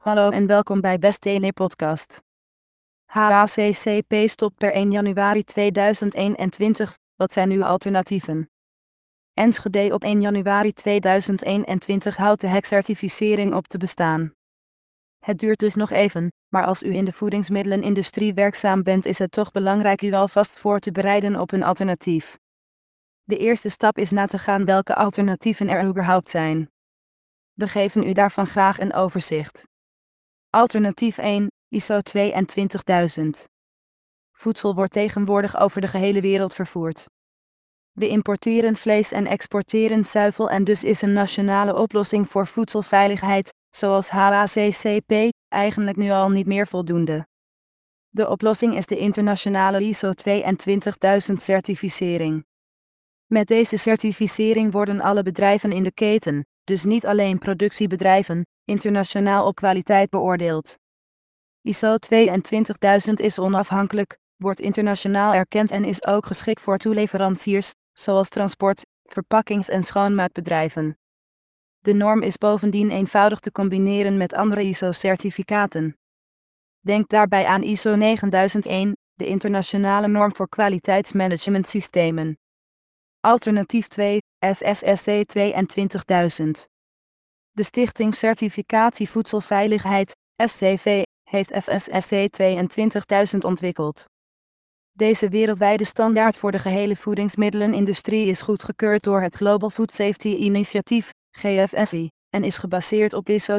Hallo en welkom bij Best Tele Podcast. HACCP stopt per 1 januari 2021, wat zijn uw alternatieven? Enschede op 1 januari 2021 houdt de HEC-certificering op te bestaan. Het duurt dus nog even, maar als u in de voedingsmiddelenindustrie werkzaam bent is het toch belangrijk u alvast voor te bereiden op een alternatief. De eerste stap is na te gaan welke alternatieven er überhaupt zijn. We geven u daarvan graag een overzicht. Alternatief 1, ISO 22000. Voedsel wordt tegenwoordig over de gehele wereld vervoerd. We importeren vlees en exporteren zuivel en dus is een nationale oplossing voor voedselveiligheid, zoals HACCP, eigenlijk nu al niet meer voldoende. De oplossing is de internationale ISO 22000 certificering. Met deze certificering worden alle bedrijven in de keten, dus niet alleen productiebedrijven, internationaal op kwaliteit beoordeeld. ISO 22000 is onafhankelijk, wordt internationaal erkend en is ook geschikt voor toeleveranciers, zoals transport, verpakkings- en schoonmaakbedrijven. De norm is bovendien eenvoudig te combineren met andere ISO-certificaten. Denk daarbij aan ISO 9001, de internationale norm voor kwaliteitsmanagementsystemen. Alternatief 2, FSSC 22000. De Stichting Certificatie Voedselveiligheid, SCV, heeft FSSC 22000 ontwikkeld. Deze wereldwijde standaard voor de gehele voedingsmiddelenindustrie is goedgekeurd door het Global Food Safety Initiative, GFSI, en is gebaseerd op ISO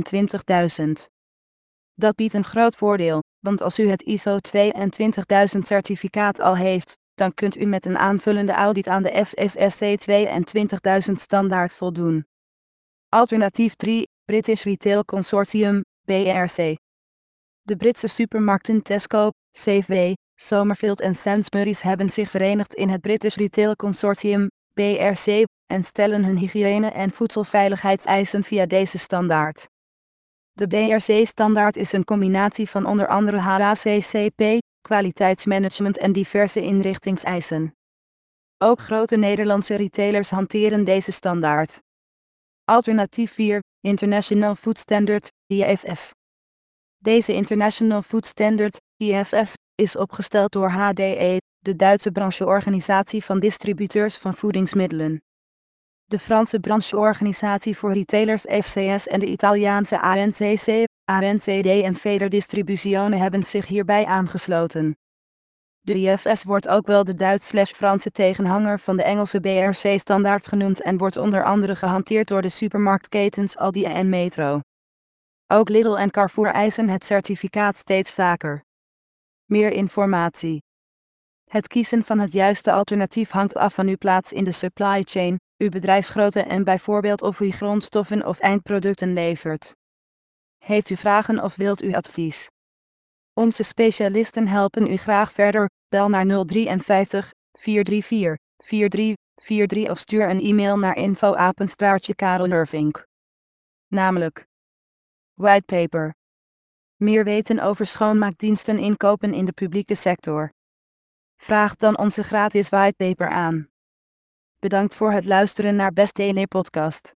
22000. Dat biedt een groot voordeel, want als u het ISO 22000 certificaat al heeft, dan kunt u met een aanvullende audit aan de FSSC 22000 standaard voldoen. Alternatief 3, British Retail Consortium, BRC. De Britse supermarkten Tesco, Safeway, Somerfield en Sainsbury's hebben zich verenigd in het British Retail Consortium, BRC, en stellen hun hygiëne- en voedselveiligheidseisen via deze standaard. De BRC-standaard is een combinatie van onder andere HACCP, kwaliteitsmanagement en diverse inrichtingseisen. Ook grote Nederlandse retailers hanteren deze standaard. Alternatief 4, International Food Standard, IFS. Deze International Food Standard, IFS, is opgesteld door HDE, de Duitse brancheorganisatie van distributeurs van voedingsmiddelen. De Franse brancheorganisatie voor retailers FCS en de Italiaanse ANCC, ANCD en Federdistribuzione hebben zich hierbij aangesloten. De IFS wordt ook wel de Duits-Franse tegenhanger van de Engelse BRC-standaard genoemd en wordt onder andere gehanteerd door de supermarktketens Aldi en Metro. Ook Lidl en Carrefour eisen het certificaat steeds vaker. Meer informatie. Het kiezen van het juiste alternatief hangt af van uw plaats in de supply chain, uw bedrijfsgrootte en bijvoorbeeld of u grondstoffen of eindproducten levert. Heeft u vragen of wilt u advies? Onze specialisten helpen u graag verder, bel naar 053 434 4343 of stuur een e-mail naar info@karelnervink. Namelijk Whitepaper. Meer weten over schoonmaakdiensten inkopen in de publieke sector. Vraag dan onze gratis whitepaper aan. Bedankt voor het luisteren naar Best Tele Podcast.